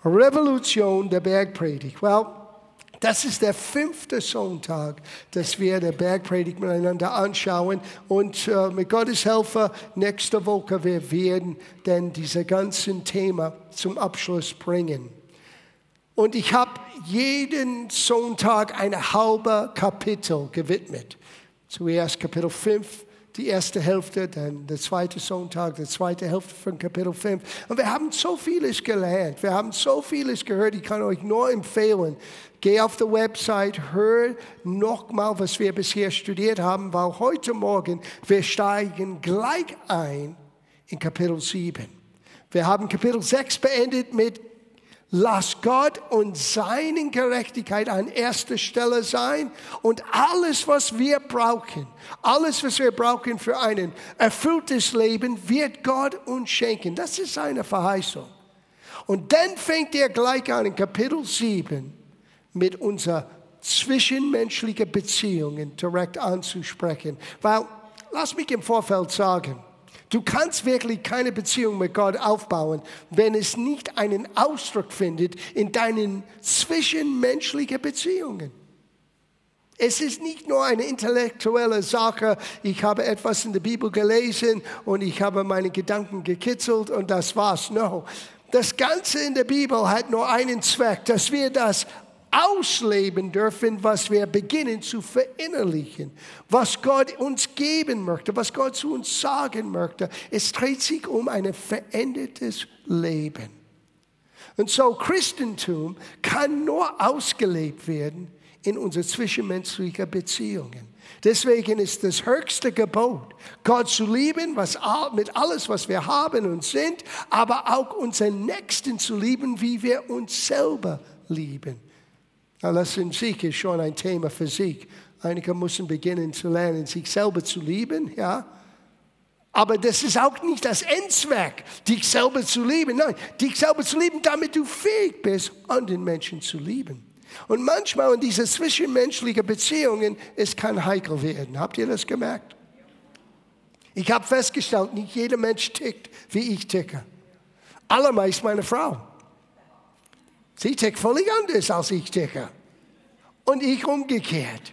Revolution der Bergpredigt. Well, das ist der 5. Sonntag, dass wir die Bergpredigt miteinander anschauen. Und mit Gottes Hilfe, nächste Woche, wir werden dann dieses ganze Thema zum Abschluss bringen. Und ich habe jeden Sonntag ein halbes Kapitel gewidmet. Zuerst Kapitel 5, die erste Hälfte, dann der zweite Sonntag, die zweite Hälfte von Kapitel 5. Und wir haben so vieles gelernt, wir haben so vieles gehört. Ich kann euch nur empfehlen, geh auf die Website, hör nochmal, was wir bisher studiert haben, weil heute Morgen, wir steigen gleich ein in Kapitel 7. Wir haben Kapitel 6 beendet mit Lass Gott und seine Gerechtigkeit an erster Stelle sein und alles, was wir brauchen für ein erfülltes Leben, wird Gott uns schenken. Das ist seine Verheißung. Und dann fängt er gleich an in Kapitel 7 mit unseren zwischenmenschlichen Beziehungen direkt anzusprechen. Weil, lass mich im Vorfeld sagen, du kannst wirklich keine Beziehung mit Gott aufbauen, wenn es nicht einen Ausdruck findet in deinen zwischenmenschlichen Beziehungen. Es ist nicht nur eine intellektuelle Sache, ich habe etwas in der Bibel gelesen und ich habe meine Gedanken gekitzelt und das war's. No, das Ganze in der Bibel hat nur einen Zweck, dass wir das ausleben dürfen, was wir beginnen zu verinnerlichen, was Gott uns geben möchte, was Gott zu uns sagen möchte. Es dreht sich um ein verändertes Leben. Und so Christentum kann nur ausgelebt werden in unseren zwischenmenschlichen Beziehungen. Deswegen ist das höchste Gebot, Gott zu lieben, mit alles, was wir haben und sind, aber auch unseren Nächsten zu lieben, wie wir uns selber lieben. Das in sich ist schon ein Thema für sich. Einige müssen beginnen zu lernen, sich selber zu lieben, ja. Aber das ist auch nicht das Endzweck, dich selber zu lieben. Nein, dich selber zu lieben, damit du fähig bist, anderen Menschen zu lieben. Und manchmal in diesen zwischenmenschlichen Beziehungen, es kann heikel werden. Habt ihr das gemerkt? Ich habe festgestellt, nicht jeder Mensch tickt, wie ich ticke. Allermeist meine Frau. Sie tickt völlig anders, als ich ticke. Und ich umgekehrt.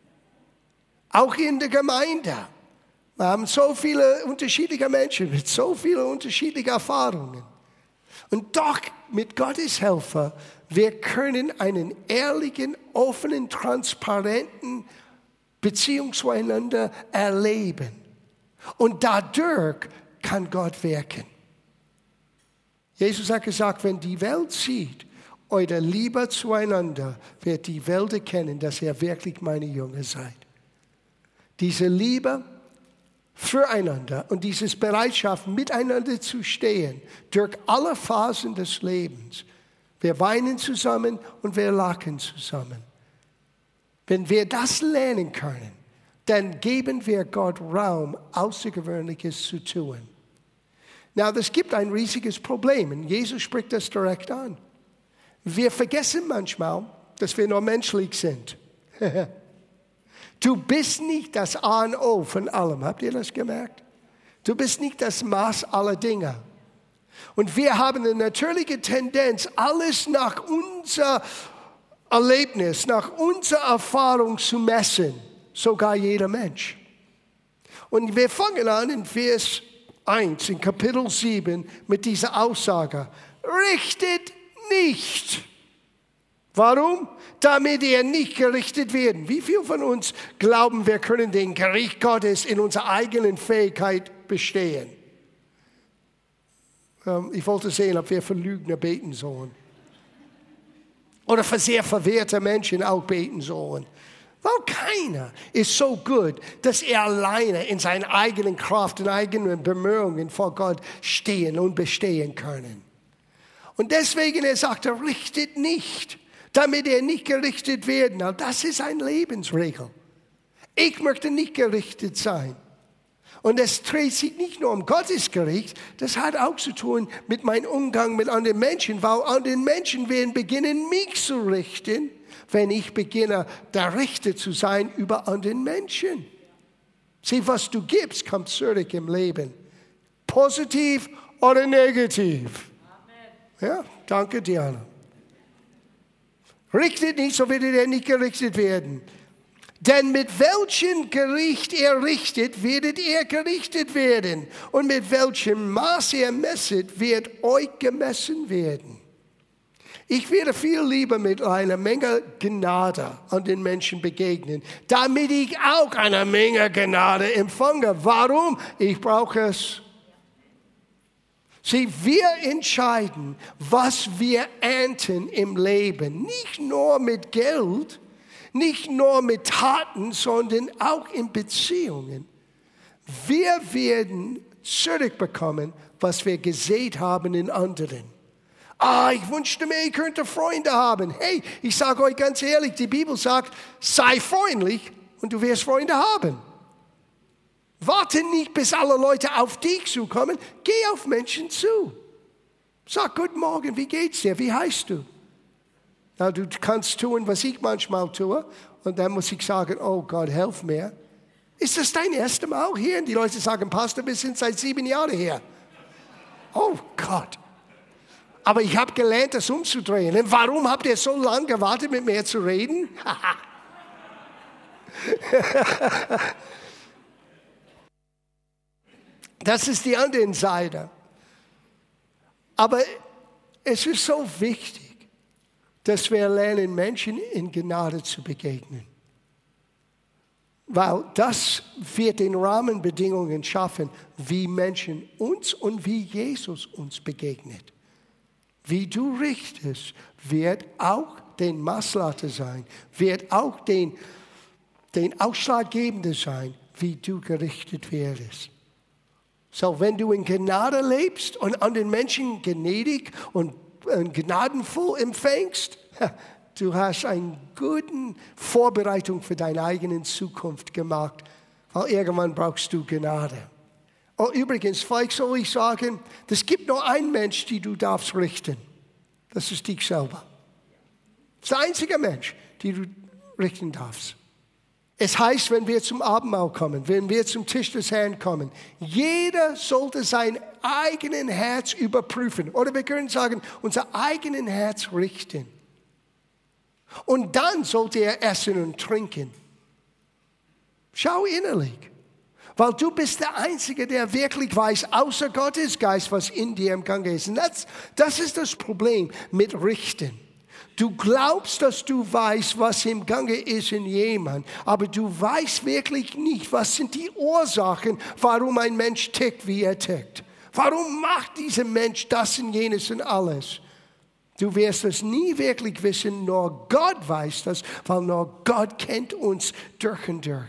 Auch in der Gemeinde. Wir haben so viele unterschiedliche Menschen mit so vielen unterschiedlichen Erfahrungen. Und doch mit Gottes Hilfe, wir können einen ehrlichen, offenen, transparenten Beziehung zueinander erleben. Und dadurch kann Gott wirken. Jesus hat gesagt, wenn die Welt sieht, eure Liebe zueinander, wird die Welt erkennen, dass ihr wirklich meine Jünger seid. Diese Liebe füreinander und diese Bereitschaft, miteinander zu stehen, durch alle Phasen des Lebens. Wir weinen zusammen und wir lachen zusammen. Wenn wir das lernen können, dann geben wir Gott Raum, Außergewöhnliches zu tun. Na, es gibt ein riesiges Problem und Jesus spricht das direkt an. Wir vergessen manchmal, dass wir nur menschlich sind. Du bist nicht das A und O von allem. Habt ihr das gemerkt? Du bist nicht das Maß aller Dinge. Und wir haben eine natürliche Tendenz, alles nach unser Erlebnis, nach unserer Erfahrung zu messen. Sogar jeder Mensch. Und wir fangen an in Vers 1, in Kapitel 7, mit dieser Aussage. Richtet nicht. Warum? Damit ihr nicht gerichtet werden. Wie viele von uns glauben, wir können den Gericht Gottes in unserer eigenen Fähigkeit bestehen? Ich wollte sehen, ob wir für Lügner beten sollen. Oder für sehr verwirrte Menschen auch beten sollen. Weil keiner ist so gut, dass er alleine in seiner eigenen Kraft und eigenen Bemühungen vor Gott stehen und bestehen können. Und deswegen, er sagte, richtet nicht, damit ihr nicht gerichtet werden. Na, das ist eine Lebensregel. Ich möchte nicht gerichtet sein. Und es dreht sich nicht nur um Gottes Gericht, das hat auch zu tun mit meinem Umgang mit anderen Menschen, weil andere Menschen werden beginnen, mich zu richten, wenn ich beginne, der Richter zu sein über andere Menschen. Sieh, was du gibst, kommt zurück im Leben. Positiv oder negativ. Ja, Danke, Diana. Richtet nicht, so werdet ihr nicht gerichtet werden. Denn mit welchem Gericht ihr richtet, werdet ihr gerichtet werden. Und mit welchem Maß ihr messet, wird euch gemessen werden. Ich werde viel lieber mit einer Menge Gnade an den Menschen begegnen, damit ich auch eine Menge Gnade empfange. Warum? Ich brauche es. Sieh, wir entscheiden, was wir ernten im Leben. Nicht nur mit Geld, nicht nur mit Taten, sondern auch in Beziehungen. Wir werden zurückbekommen, was wir gesät haben in anderen. Ich wünschte mir, ich könnte Freunde haben. Hey, ich sage euch ganz ehrlich, die Bibel sagt, sei freundlich und du wirst Freunde haben. Warte nicht, bis alle Leute auf dich zukommen. Geh auf Menschen zu. Sag, guten Morgen, wie geht's dir? Wie heißt du? Na, du kannst tun, was ich manchmal tue. Und dann muss ich sagen, oh Gott, helf mir. Ist das dein erstes Mal hier? Und die Leute sagen, Pastor, wir sind seit 7 Jahren hier. Oh Gott. Aber ich habe gelernt, das umzudrehen. Und warum habt ihr so lange gewartet, mit mir zu reden? Das ist die andere Seite. Aber es ist so wichtig, dass wir lernen, Menschen in Gnade zu begegnen. Weil das wird den Rahmenbedingungen schaffen, wie Menschen uns und wie Jesus uns begegnet. Wie du richtest, wird auch den Maßlatte sein, wird auch den Ausschlaggebende sein, wie du gerichtet werdest. So, wenn du in Gnade lebst und an den Menschen gnädig und gnadenvoll empfängst, du hast eine gute Vorbereitung für deine eigene Zukunft gemacht, weil irgendwann brauchst du Gnade. Und übrigens, vielleicht soll ich sagen, es gibt nur einen Mensch, den du darfst richten. Das ist dich selber. Das ist der einzige Mensch, den du richten darfst. Es heißt, wenn wir zum Abendmahl kommen, wenn wir zum Tisch des Herrn kommen, jeder sollte sein eigenes Herz überprüfen. Oder wir können sagen, unser eigenes Herz richten. Und dann sollte er essen und trinken. Schau innerlich. Weil du bist der Einzige, der wirklich weiß, außer Gottes Geist, was in dir im Gange ist. Und das ist das Problem mit Richten. Du glaubst, dass du weißt, was im Gange ist in jemand, aber du weißt wirklich nicht, was sind die Ursachen, warum ein Mensch tickt, wie er tickt. Warum macht dieser Mensch das und jenes und alles? Du wirst es nie wirklich wissen, nur Gott weiß das, weil nur Gott kennt uns durch und durch.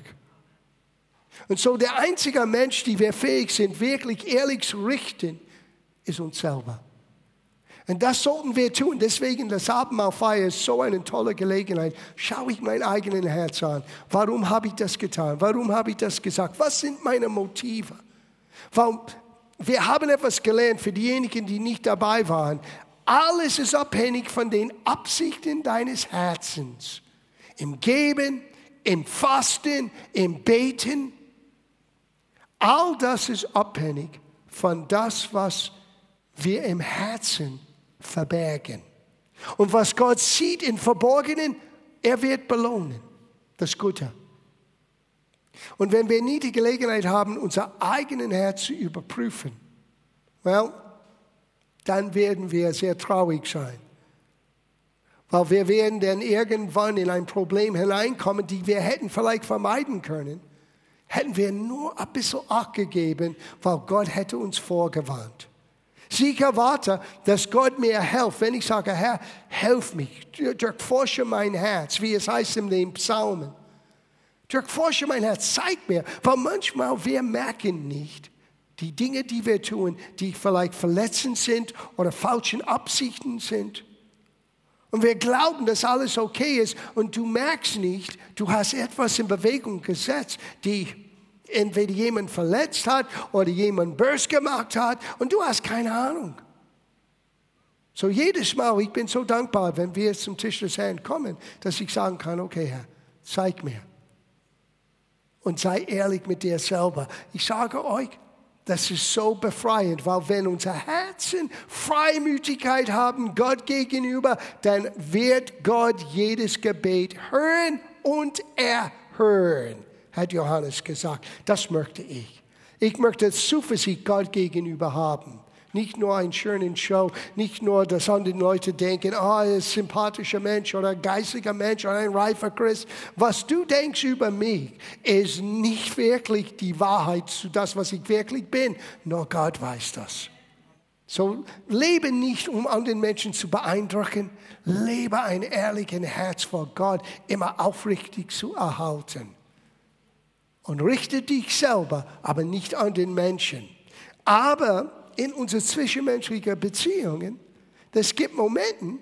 Und so der einzige Mensch, die wir fähig sind, wirklich ehrlich zu richten, ist uns selber. Und das sollten wir tun. Deswegen, das Abendmahlfeier ist so eine tolle Gelegenheit. Schaue ich mein eigenes Herz an. Warum habe ich das getan? Warum habe ich das gesagt? Was sind meine Motive? Weil wir haben etwas gelernt für diejenigen, die nicht dabei waren. Alles ist abhängig von den Absichten deines Herzens. Im Geben, im Fasten, im Beten. All das ist abhängig von das, was wir im Herzen verbergen. Und was Gott sieht im Verborgenen, er wird belohnen. Das Gute. Und wenn wir nie die Gelegenheit haben, unser eigenes Herz zu überprüfen, dann werden wir sehr traurig sein. Weil wir werden dann irgendwann in ein Problem hineinkommen, die wir hätten vielleicht vermeiden können. Hätten wir nur ein bisschen Acht gegeben, weil Gott hätte uns vorgewarnt. Ich erwarte, dass Gott mir hilft, wenn ich sage, Herr, hilf mich, durchforsche mein Herz, wie es heißt in den Psalmen. Durchforsche mein Herz, zeig mir, weil manchmal wir merken nicht, die Dinge, die wir tun, die vielleicht verletzend sind oder falschen Absichten sind. Und wir glauben, dass alles okay ist und du merkst nicht, du hast etwas in Bewegung gesetzt, die entweder jemand verletzt hat oder jemand böse gemacht hat und du hast keine Ahnung. So jedes Mal, ich bin so dankbar, wenn wir zum Tisch des Herrn kommen, dass ich sagen kann, okay Herr, zeig mir. Und sei ehrlich mit dir selber. Ich sage euch, Das ist so befreiend, weil wenn unser Herzen Freimütigkeit haben Gott gegenüber, dann wird Gott jedes Gebet hören und erhören, hat Johannes gesagt. Das möchte ich. Ich möchte Zuversicht Gott gegenüber haben. Nicht nur einen schönen Show, nicht nur, dass andere Leute denken, er ist ein sympathischer Mensch oder ein geistiger Mensch oder ein reifer Christ. Was du denkst über mich, ist nicht wirklich die Wahrheit zu das, was ich wirklich bin. Nur Gott weiß das. So, lebe nicht, um anderen Menschen zu beeindrucken. Lebe ein ehrliches Herz vor Gott, immer aufrichtig zu erhalten. Und richte dich selber, aber nicht an den Menschen. Aber in unseren zwischenmenschlichen Beziehungen, es gibt Momente,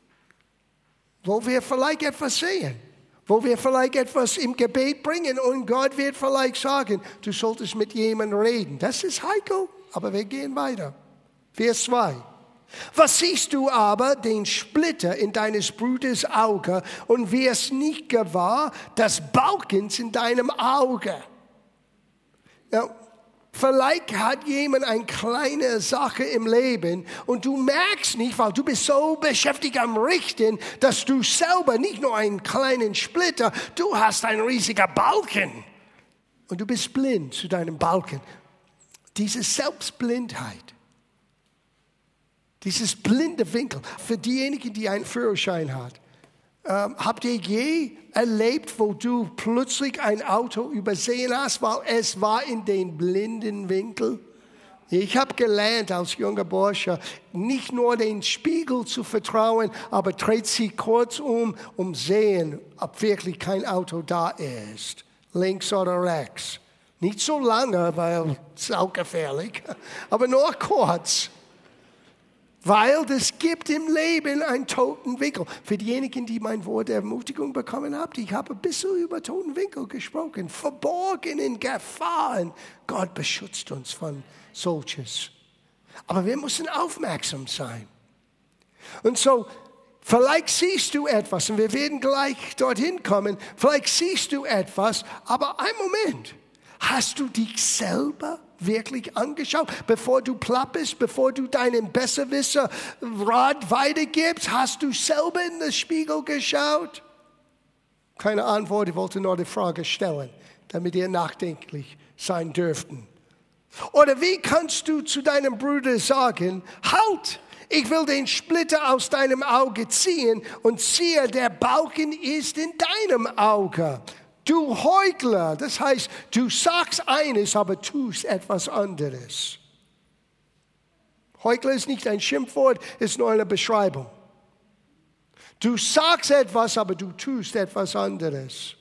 wo wir vielleicht etwas sehen, wo wir vielleicht etwas im Gebet bringen und Gott wird vielleicht sagen, du solltest mit jemandem reden. Das ist heikel, aber wir gehen weiter. Vers 2. Was siehst du aber, den Splitter in deines Bruders Auge und wirst nicht gewahr, das Balkens in deinem Auge? Ja, vielleicht hat jemand eine kleine Sache im Leben und du merkst nicht, weil du bist so beschäftigt am Richten, dass du selber nicht nur einen kleinen Splitter, du hast einen riesigen Balken. Und du bist blind zu deinem Balken. Diese Selbstblindheit, dieses blinde Winkel, für diejenigen, die einen Führerschein haben. Habt ihr je erlebt, wo du plötzlich ein Auto übersehen hast, weil es war in den blinden Winkel? Ich habe gelernt als junger Bursche, nicht nur den Spiegel zu vertrauen, aber dreht sie kurz sehen, ob wirklich kein Auto da ist, links oder rechts. Nicht so lange, weil es auch gefährlich, aber nur kurz. Weil es gibt im Leben einen toten Winkel. Für diejenigen, die mein Wort der Ermutigung bekommen haben, ich habe ein bisschen über toten Winkel gesprochen. Verborgenen Gefahren. Gott beschützt uns von solches. Aber wir müssen aufmerksam sein. Und so, vielleicht siehst du etwas, und wir werden gleich dorthin kommen, vielleicht siehst du etwas, aber einen Moment, hast du dich selber wirklich angeschaut? Bevor du plapperst, bevor du deinen Besserwisser-Rat weitergibst, hast du selber in den Spiegel geschaut? Keine Antwort, ich wollte nur die Frage stellen, damit ihr nachdenklich sein dürften. Oder wie kannst du zu deinem Bruder sagen, halt, ich will den Splitter aus deinem Auge ziehen und siehe, der Balken ist in deinem Auge. Du Heuchler, das heißt, du sagst eines, aber tust etwas anderes. Heuchler ist nicht ein Schimpfwort, ist nur eine Beschreibung. Du sagst etwas, aber du tust etwas anderes.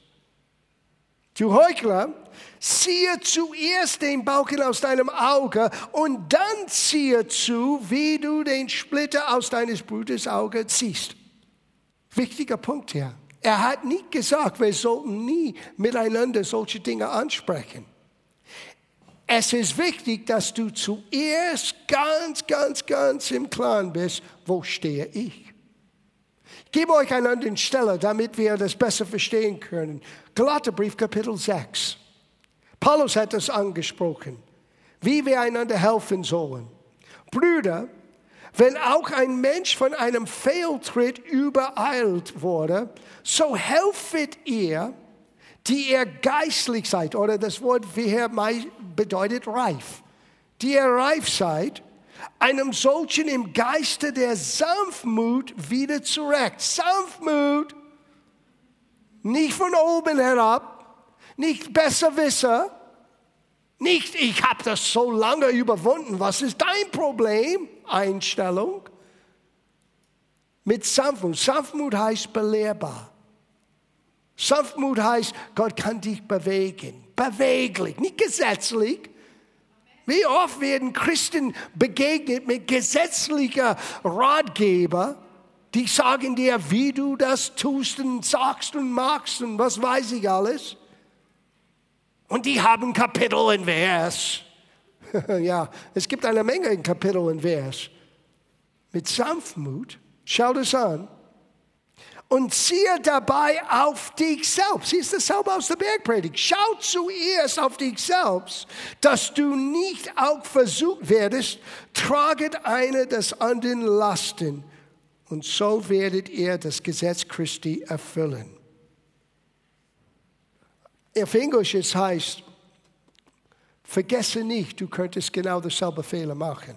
Du Heuchler, ziehe zuerst den Balken aus deinem Auge und dann ziehe zu, wie du den Splitter aus deines Bruders Auge ziehst. Wichtiger Punkt hier. Er hat nicht gesagt, wir sollten nie miteinander solche Dinge ansprechen. Es ist wichtig, dass du zuerst ganz im Klaren bist, wo stehe ich. Ich gebe euch eine andere Stelle, damit wir das besser verstehen können. Galaterbrief, Kapitel 6. Paulus hat das angesprochen, wie wir einander helfen sollen. Brüder, wenn auch ein Mensch von einem Fehltritt übereilt wurde, so helfet ihr, die ihr geistlich seid, oder das Wort hier bedeutet reif, die ihr reif seid, einem solchen im Geiste der Sanftmut wieder zurecht. Sanftmut, nicht von oben herab, nicht Besserwisser, nicht ich habe das so lange überwunden, was ist dein Problem? Einstellung. Mit Sanftmut. Sanftmut heißt belehrbar. Sanftmut heißt, Gott kann dich bewegen. Beweglich, nicht gesetzlich. Wie oft werden Christen begegnet mit gesetzlicher Ratgeber, die sagen dir, wie du das tust und sagst und machst und was weiß ich alles. Und die haben Kapitel und Vers. Ja, es gibt eine Menge in Kapitel und Vers. Mit Sanftmut, schau das an. Und ziehe dabei auf dich selbst. Siehst du dasselbe aus der Bergpredigt. Schau zuerst auf dich selbst, dass du nicht auch versucht werdest, traget eine des anderen Lasten. Und so werdet ihr das Gesetz Christi erfüllen. Auf Englisch es heißt, vergesse nicht, du könntest genau dasselbe Fehler machen.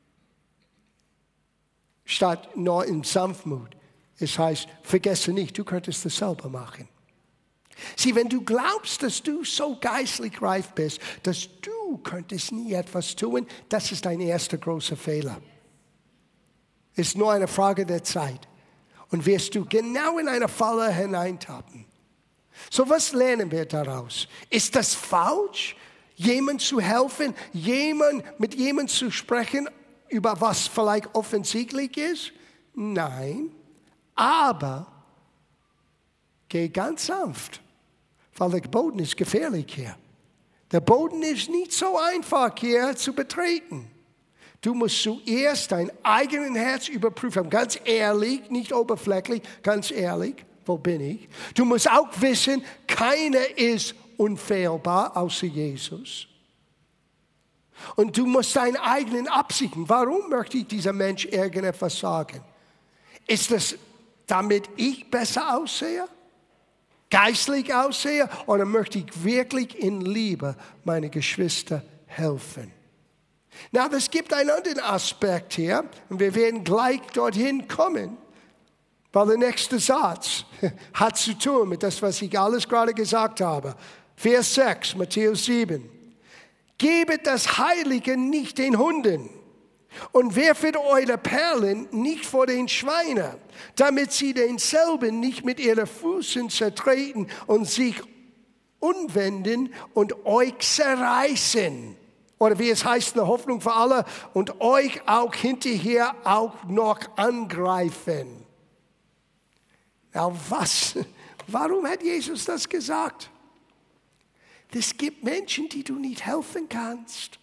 Statt nur in Sanftmut. Es heißt, vergesse nicht, du könntest dasselbe machen. Sieh, wenn du glaubst, dass du so geistlich reif bist, dass du könntest nie etwas tun, das ist dein erster großer Fehler. Es ist nur eine Frage der Zeit. Und wirst du genau in eine Falle hineintappen. So, was lernen wir daraus? Ist das falsch, jemandem zu helfen, mit jemandem zu sprechen, über was vielleicht offensichtlich ist? Nein. Aber geh ganz sanft, weil der Boden ist gefährlich hier. Der Boden ist nicht so einfach hier zu betreten. Du musst zuerst dein eigenes Herz überprüfen, ganz ehrlich, nicht oberflächlich, ganz ehrlich, wo bin ich? Du musst auch wissen, keiner ist unfehlbar außer Jesus. Und du musst deine eigenen Absichten, warum möchte ich dieser Mensch irgendetwas sagen? Ist das, damit ich besser aussehe? Geistlich aussehe? Oder möchte ich wirklich in Liebe meine Geschwister helfen? Na, es gibt einen anderen Aspekt hier. Und wir werden gleich dorthin kommen. Weil der nächste Satz hat zu tun mit das, was ich alles gerade gesagt habe. Vers 6, Matthäus 7. Gebet das Heilige nicht den Hunden und werfet eure Perlen nicht vor den Schweinen, damit sie denselben nicht mit ihren Füßen zertreten und sich umwenden und euch zerreißen. Oder wie es heißt in der Hoffnung für alle, und euch auch hinterher auch noch angreifen. Na warum hat Jesus das gesagt? Es gibt Menschen, die du nicht helfen kannst.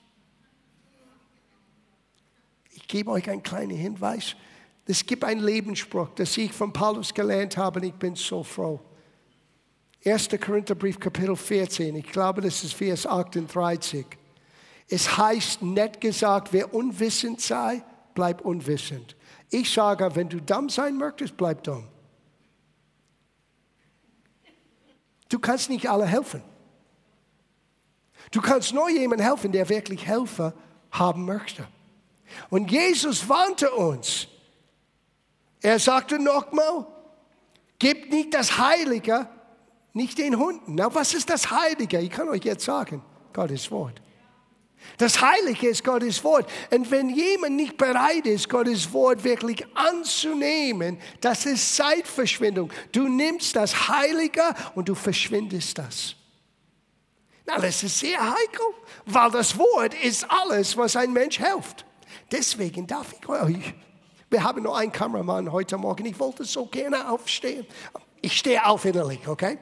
Ich gebe euch einen kleinen Hinweis. Es gibt einen Lebensspruch, das ich von Paulus gelernt habe und ich bin so froh. 1. Korintherbrief, Kapitel 14, ich glaube, das ist Vers 38. Es heißt, nett gesagt, wer unwissend sei, bleib unwissend. Ich sage, wenn du dumm sein möchtest, bleib dumm. Du kannst nicht alle helfen. Du kannst nur jemandem helfen, der wirklich Helfer haben möchte. Und Jesus warnte uns. Er sagte nochmal, gebt nicht das Heilige, nicht den Hunden. Na, was ist das Heilige? Ich kann euch jetzt sagen, Gottes Wort. Das Heilige ist Gottes Wort. Und wenn jemand nicht bereit ist, Gottes Wort wirklich anzunehmen, das ist Zeitverschwendung. Du nimmst das Heilige und du verschwindest das. Na, das ist sehr heikel, weil das Wort ist alles, was ein Mensch hilft. Deswegen darf ich euch, wir haben nur einen Kameramann heute Morgen, ich wollte so gerne aufstehen. Ich stehe auf innerlich, okay?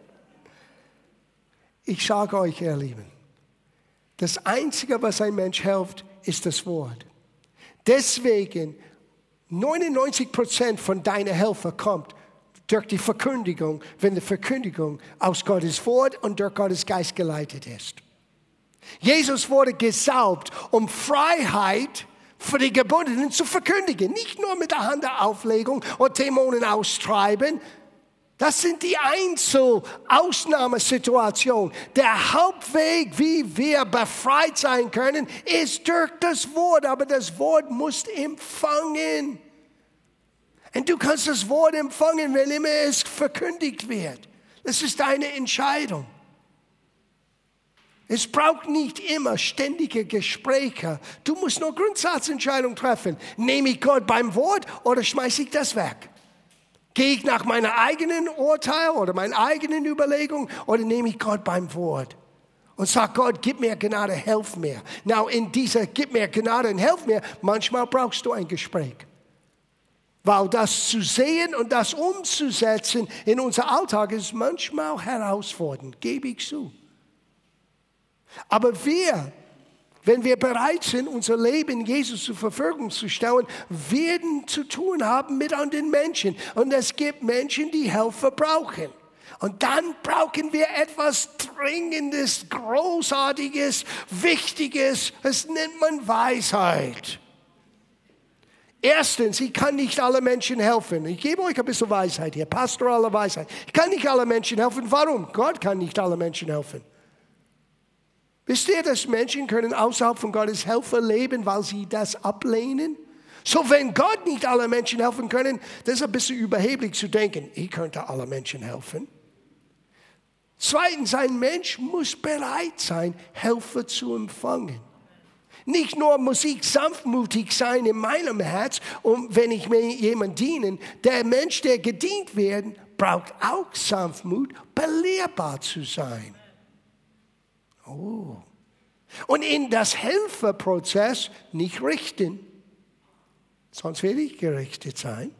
Ich sage euch, ihr Lieben, das Einzige, was ein Mensch hilft, ist das Wort. Deswegen, 99% von deiner Hilfe kommt durch die Verkündigung, wenn die Verkündigung aus Gottes Wort und durch Gottes Geist geleitet ist. Jesus wurde gesalbt, um Freiheit für die Gebundenen zu verkündigen. Nicht nur mit der Handauflegung und Dämonen austreiben. Das sind die Ausnahmesituationen. Der Hauptweg, wie wir befreit sein können, ist durch das Wort. Aber das Wort musst empfangen. Und du kannst das Wort empfangen, wenn immer es verkündigt wird. Das ist deine Entscheidung. Es braucht nicht immer ständige Gespräche. Du musst nur Grundsatzentscheidungen treffen. Nehme ich Gott beim Wort oder schmeiße ich das weg? Gehe ich nach meiner eigenen Urteil oder meinen eigenen Überlegungen oder nehme ich Gott beim Wort? Und sage Gott, gib mir Gnade, helf mir. Now in dieser gib mir Gnade und helf mir, manchmal brauchst du ein Gespräch. Weil das zu sehen und das umzusetzen in unser Alltag ist manchmal herausfordernd, gebe ich zu. Aber wir wenn wir bereit sind, unser Leben Jesus zur Verfügung zu stellen, werden zu tun haben mit anderen Menschen. Und es gibt Menschen, die Helfer brauchen. Und dann brauchen wir etwas Dringendes, Großartiges, Wichtiges. Das nennt man Weisheit. Erstens, ich kann nicht alle Menschen helfen. Ich gebe euch ein bisschen Weisheit hier, pastorale Weisheit. Ich kann nicht alle Menschen helfen. Warum? Gott kann nicht alle Menschen helfen. Wisst ihr, dass Menschen können außerhalb von Gottes Helfer leben, weil sie das ablehnen? So, wenn Gott nicht alle Menschen helfen können, das ist ein bisschen überheblich zu denken, ich könnte alle Menschen helfen. Zweitens, ein Mensch muss bereit sein, Helfer zu empfangen. Nicht nur muss ich sanftmütig sein in meinem Herz, und wenn ich mir jemand diene, der Mensch, der gedient wird, braucht auch Sanftmut, belehrbar zu sein. Oh. Und in das Helferprozess nicht richten, sonst werde ich gerichtet sein.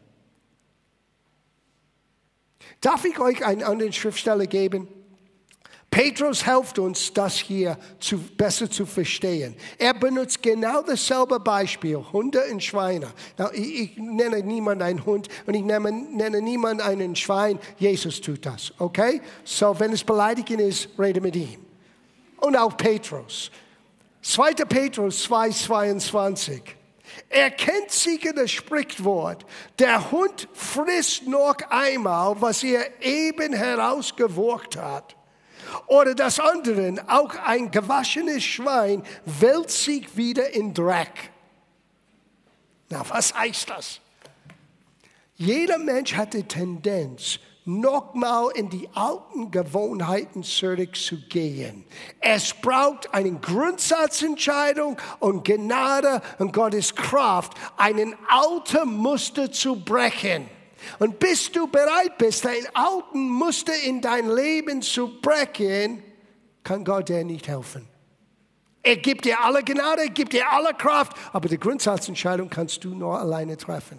Darf ich euch einen anderen Schriftsteller geben? Petrus hilft uns, das hier besser zu verstehen. Er benutzt genau dasselbe Beispiel, Hunde und Schweine. Ich nenne niemanden einen Hund und ich nenne niemanden einen Schwein. Jesus tut das, okay? So, wenn es beleidigend ist, rede mit ihm. Und auch Petrus. 2. Petrus 2,22. Erkennt sicher das Sprichwort, der Hund frisst noch einmal, was er eben herausgewurgt hat. Oder das andere, auch ein gewaschenes Schwein wälzt sich wieder in Dreck. Na, was heißt das? Jeder Mensch hat die Tendenz, nochmal in die alten Gewohnheiten zurückzugehen. Es braucht eine Grundsatzentscheidung und Gnade und Gottes Kraft, einen alten Muster zu brechen. Und bis du bereit bist, dein alten Muster in dein Leben zu brechen, kann Gott dir nicht helfen. Er gibt dir alle Gnade, er gibt dir alle Kraft, aber die Grundsatzentscheidung kannst du nur alleine treffen.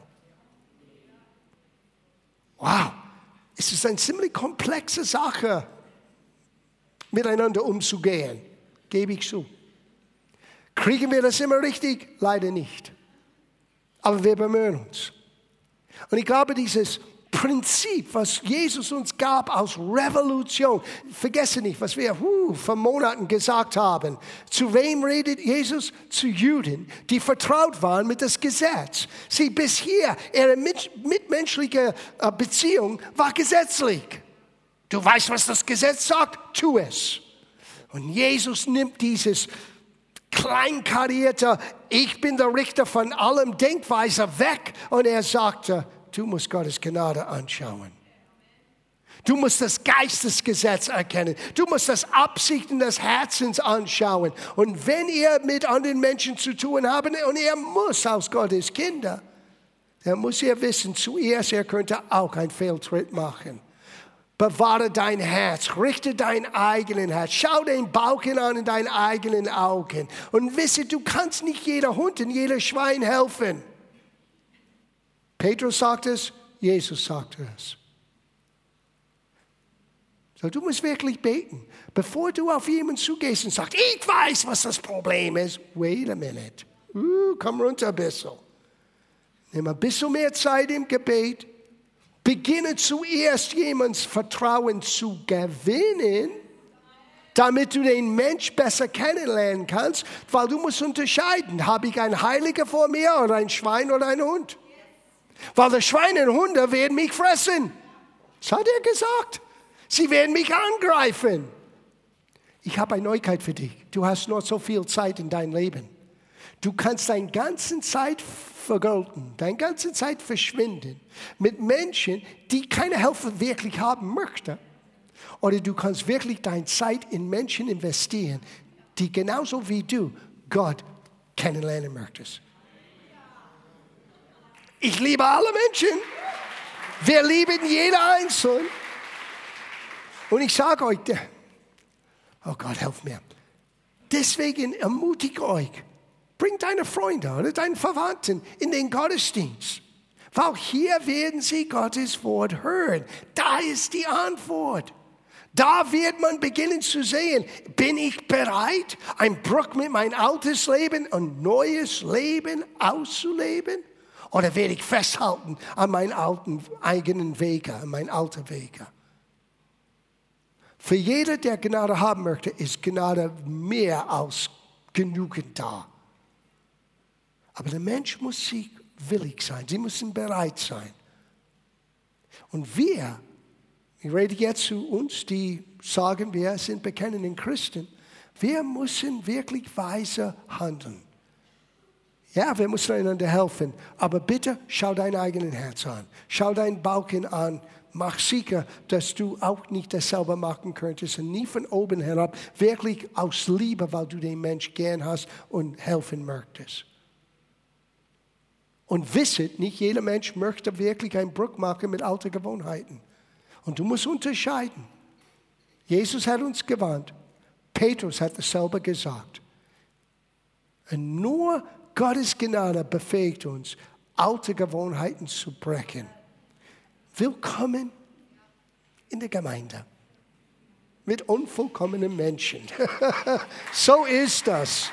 Wow. Es ist eine ziemlich komplexe Sache, miteinander umzugehen, gebe ich zu. Kriegen wir das immer richtig? Leider nicht. Aber wir bemühen uns. Und ich glaube, dieses Prinzip, was Jesus uns gab als Revolution, vergesse nicht, was wir vor Monaten gesagt haben. Zu wem redet Jesus? Zu Juden, die vertraut waren mit dem Gesetz. Sie bisher, ihre mitmenschliche Beziehung war gesetzlich. Du weißt, was das Gesetz sagt? Tu es. Und Jesus nimmt dieses kleinkarierte, ich bin der Richter von allem Denkweise weg. Und er sagte, du musst Gottes Gnade anschauen. Du musst das Geistesgesetz erkennen. Du musst das Absichten des Herzens anschauen. Und wenn ihr mit anderen Menschen zu tun habt, und er muss als Gottes Kinder, dann muss er wissen, zuerst er könnte auch einen Fehltritt machen. Bewahre dein Herz, richte dein eigenes Herz, schau den Balken an in deinen eigenen Augen und wisse, du kannst nicht jeder Hund und jeder Schwein helfen. Petrus sagt es, Jesus sagt es. So, du musst wirklich beten, bevor du auf jemanden zugehst und sagst, ich weiß, was das Problem ist. Wait a minute, komm runter ein bisschen. Nimm ein bisschen mehr Zeit im Gebet. Beginne zuerst jemands Vertrauen zu gewinnen, damit du den Mensch besser kennenlernen kannst, weil du musst unterscheiden, habe ich einen Heiliger vor mir oder ein Schwein oder ein Hund? Weil die Schweine und Hunde werden mich fressen. Das hat er gesagt. Sie werden mich angreifen. Ich habe eine Neuigkeit für dich. Du hast nur so viel Zeit in deinem Leben. Du kannst deine ganze Zeit vergolden, deine ganze Zeit verschwinden mit Menschen, die keine Hilfe wirklich haben möchten. Oder du kannst wirklich deine Zeit in Menschen investieren, die genauso wie du Gott kennenlernen möchtest. Ich liebe alle Menschen. Wir lieben jeder Einzelne. Und ich sage euch, oh Gott, helf mir. Deswegen ermutige euch, bringt deine Freunde oder deine Verwandten in den Gottesdienst. Weil hier werden sie Gottes Wort hören. Da ist die Antwort. Da wird man beginnen zu sehen, bin ich bereit, einen Bruch mit meinem altes Leben und neues Leben auszuleben? Oder werde ich festhalten an meinen alten eigenen Wege, an meinen alten Wege? Für jeder, der Gnade haben möchte, ist Gnade mehr als genügend da. Aber der Mensch muss sich willig sein, sie müssen bereit sein. Und ich rede jetzt zu uns, die sagen, wir sind bekennende Christen, wir müssen wirklich weise handeln. Ja, wir müssen einander helfen, aber bitte schau dein eigenes Herz an, schau dein Bauch an, mach sicher, dass du auch nicht dasselbe machen könntest und nie von oben herab, wirklich aus Liebe, weil du den Mensch gern hast und helfen möchtest. Und wisset, nicht jeder Mensch möchte wirklich einen Bruch machen mit alten Gewohnheiten. Und du musst unterscheiden. Jesus hat uns gewarnt. Petrus hat dasselbe gesagt. Und nur Gottes Gnade befähigt uns, alte Gewohnheiten zu brechen. Willkommen in der Gemeinde. Mit unvollkommenen Menschen. So ist das.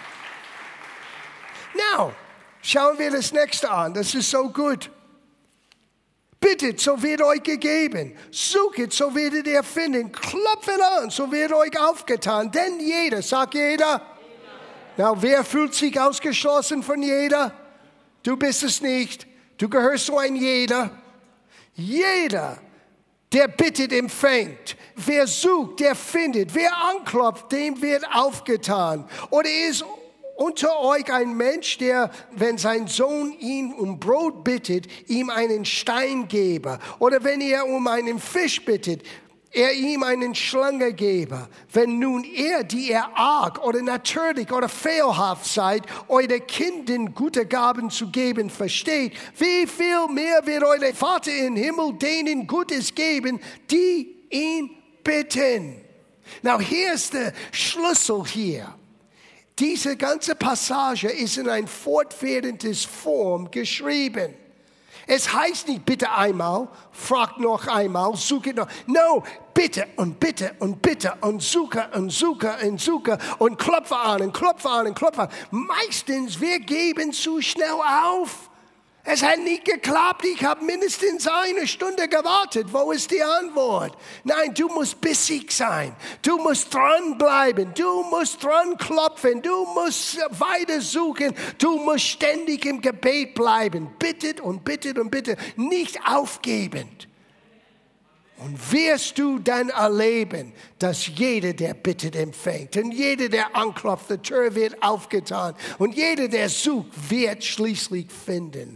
Now, schauen wir das nächste an. Das ist so gut. Bittet, so wird euch gegeben. Suchet, so werdet ihr finden. Klopft an, so wird euch aufgetan. Denn jeder, sagt jeder. Na, wer fühlt sich ausgeschlossen von jeder? Du bist es nicht. Du gehörst zu ein jeder. Jeder, der bittet, empfängt. Wer sucht, der findet. Wer anklopft, dem wird aufgetan. Oder ist unter euch ein Mensch, der, wenn sein Sohn ihn um Brot bittet, ihm einen Stein gebe. Oder wenn er um einen Fisch bittet, er ihm einen Schlange gebe. Wenn nun ihr, die ihr arg oder natürlich oder fehlhaft seid, eure Kindern gute Gaben zu geben versteht, wie viel mehr wird euer Vater im Himmel denen Gutes geben, die ihn bitten. Now, hier ist der Schlüssel hier. Diese ganze Passage ist in ein fortwährendes Form geschrieben. Es heißt nicht, bitte einmal, fragt noch einmal, suche noch. No, bitte und bitte und bitte und suche und suche und suche und klopfe an und klopfe an und klopfe an. Meistens, wir geben zu schnell auf. Es hat nicht geklappt, ich habe mindestens eine Stunde gewartet. Wo ist die Antwort? Nein, du musst bissig sein. Du musst dranbleiben. Du musst dran klopfen. Du musst weiter suchen. Du musst ständig im Gebet bleiben. Bittet und bittet und bittet. Nicht aufgebend. Und wirst du dann erleben, dass jeder, der bittet, empfängt. Und jeder, der anklopft, die Tür wird aufgetan. Und jeder, der sucht, wird schließlich finden.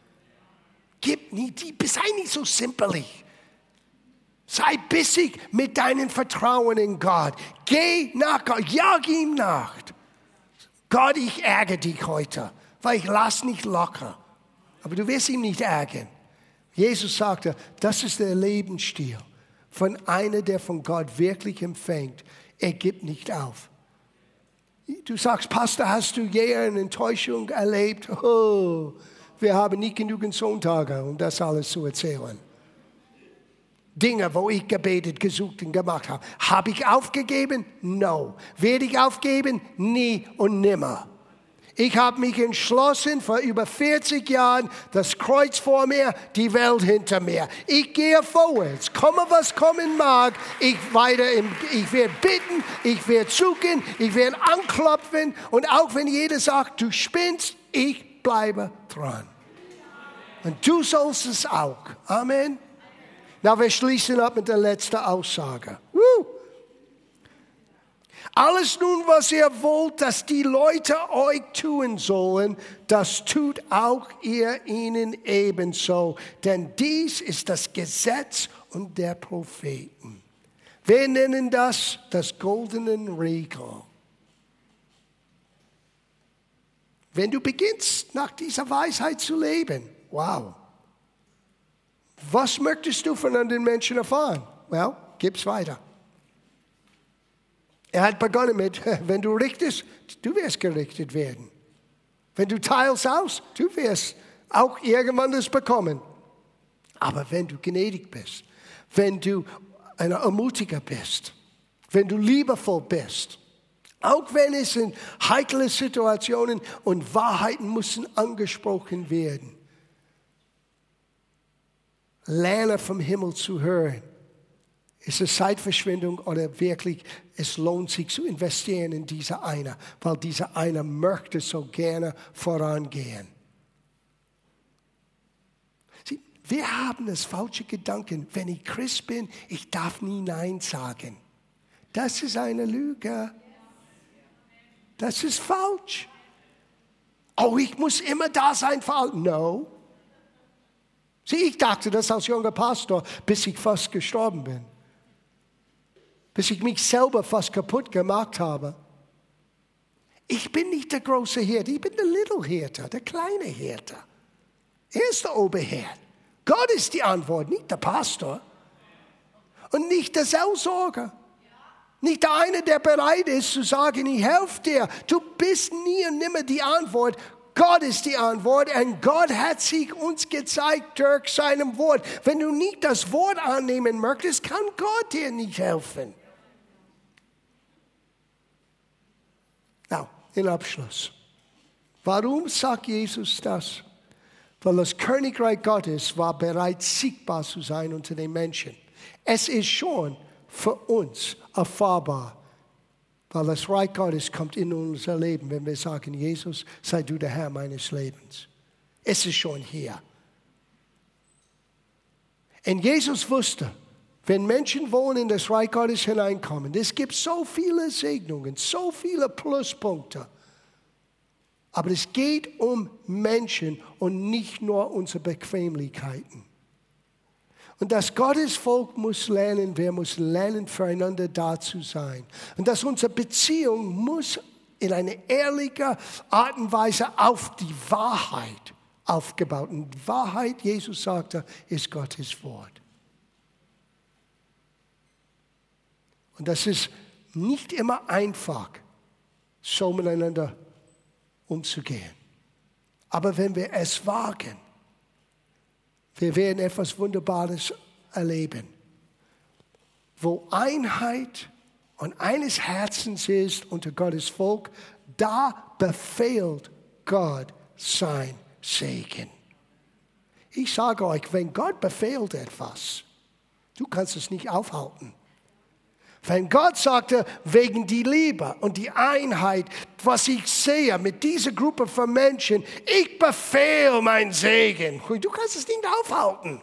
Sei nicht so simpelig. Sei bissig mit deinem Vertrauen in Gott. Geh nach Gott, jag ihm nach. Gott, ich ärgere dich heute, weil ich lass nicht locker. Aber du wirst ihn nicht ärgern. Jesus sagte, das ist der Lebensstil von einer, der von Gott wirklich empfängt. Er gibt nicht auf. Du sagst, Pastor, hast du je eine Enttäuschung erlebt? Oh, wir haben nicht genügend Sonntage, um das alles zu erzählen. Dinge, wo ich gebetet, gesucht und gemacht habe. Habe ich aufgegeben? No. Werde ich aufgeben? Nie und nimmer. Ich habe mich entschlossen, vor über 40 Jahren, das Kreuz vor mir, die Welt hinter mir. Ich gehe vorwärts, komme was kommen mag. Ich werde bitten, ich werde suchen, ich werde anklopfen. Und auch wenn jeder sagt, du spinnst, ich bleibe dran. Und du sollst es auch. Amen. Na, wir schließen ab mit der letzten Aussage. Alles nun, was ihr wollt, dass die Leute euch tun sollen, das tut auch ihr ihnen ebenso. Denn dies ist das Gesetz und der Propheten. Wir nennen das goldene Regel. Wenn du beginnst, nach dieser Weisheit zu leben, wow. Was möchtest du von anderen Menschen erfahren? Well, gib's weiter. Er hat begonnen mit, wenn du richtest, du wirst gerichtet werden. Wenn du teilst aus, du wirst auch irgendwann das bekommen. Aber wenn du gnädig bist, wenn du ein Ermutiger bist, wenn du liebevoll bist, auch wenn es in heikle Situationen und Wahrheiten müssen angesprochen werden. Lerne vom Himmel zu hören. Ist es Zeitverschwendung oder wirklich, es lohnt sich zu investieren in diese einer, weil diese einer möchte so gerne vorangehen. Sie, wir haben das falsche Gedanken, wenn ich Christ bin, ich darf nie Nein sagen. Das ist eine Lüge. Das ist falsch. Oh, ich muss immer da sein für alle. No. Sieh, ich dachte das als junger Pastor, bis ich fast gestorben bin. Bis ich mich selber fast kaputt gemacht habe. Ich bin nicht der große Hirte, ich bin der Little Hirte, der kleine Hirte. Er ist der Oberhirte. Gott ist die Antwort, nicht der Pastor. Und nicht der Seelsorger. Nicht der eine, der bereit ist zu sagen, ich helfe dir. Du bist nie und nimmer die Antwort. Gott ist die Antwort und Gott hat sich uns gezeigt durch seinem Wort. Wenn du nicht das Wort annehmen möchtest, kann Gott dir nicht helfen. Now, in Abschluss. Warum sagt Jesus das? Weil das Königreich Gottes war bereit, sichtbar zu sein unter den Menschen. Es ist schon für uns erfahrbar, weil das Reich Gottes kommt in unser Leben, wenn wir sagen, Jesus, sei du der Herr meines Lebens. Es ist schon hier. Und Jesus wusste, wenn Menschen wollen in das Reich Gottes hineinkommen, es gibt so viele Segnungen, so viele Pluspunkte. Aber es geht um Menschen und nicht nur unsere Bequemlichkeiten. Und das Gottesvolk muss lernen, wir müssen lernen, füreinander da zu sein. Und dass unsere Beziehung muss in einer ehrlichen Art und Weise auf die Wahrheit aufgebaut. Und die Wahrheit, Jesus sagte, ist Gottes Wort. Und das ist nicht immer einfach, so miteinander umzugehen. Aber wenn wir es wagen, wir werden etwas Wunderbares erleben, wo Einheit und eines Herzens ist unter Gottes Volk, da befehlt Gott sein Segen. Ich sage euch, wenn Gott befehlt etwas, du kannst es nicht aufhalten. Wenn Gott sagte, wegen die Liebe und die Einheit, was ich sehe mit dieser Gruppe von Menschen, ich befehle mein Segen. Du kannst es nicht aufhalten.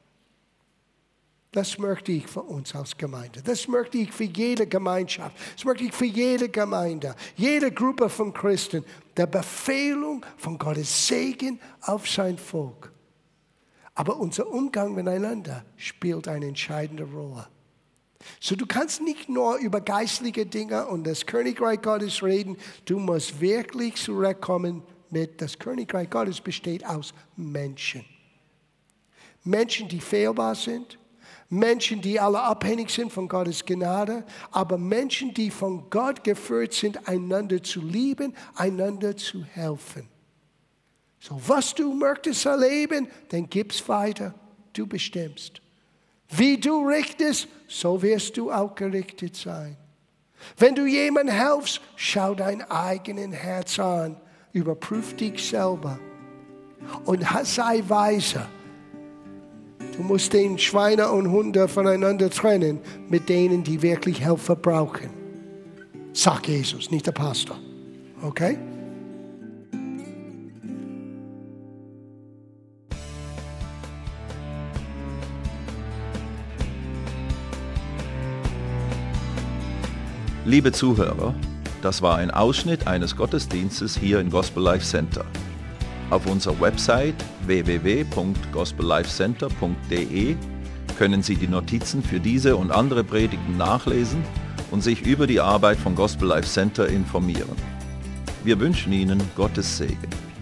Das möchte ich für uns als Gemeinde. Das möchte ich für jede Gemeinschaft. Das möchte ich für jede Gemeinde, jede Gruppe von Christen. Der Befehlung von Gottes Segen auf sein Volk. Aber unser Umgang miteinander spielt eine entscheidende Rolle. So, du kannst nicht nur über geistliche Dinge und das Königreich Gottes reden, du musst wirklich zurückkommen mit, das Königreich Gottes besteht aus Menschen. Menschen, die fehlbar sind, Menschen, die alle abhängig sind von Gottes Gnade, aber Menschen, die von Gott geführt sind, einander zu lieben, einander zu helfen. So, was du möchtest erleben, dann gib's weiter, du bestimmst. Wie du richtest, so wirst du auch gerichtet sein. Wenn du jemandem hilfst, schau dein eigenes Herz an. Überprüf dich selber. Und sei weise. Du musst den Schweine und Hunde voneinander trennen, mit denen, die wirklich Hilfe brauchen. Sagt Jesus, nicht der Pastor. Okay? Liebe Zuhörer, das war ein Ausschnitt eines Gottesdienstes hier im Gospel Life Center. Auf unserer Website www.gospellifecenter.de können Sie die Notizen für diese und andere Predigten nachlesen und sich über die Arbeit von Gospel Life Center informieren. Wir wünschen Ihnen Gottes Segen.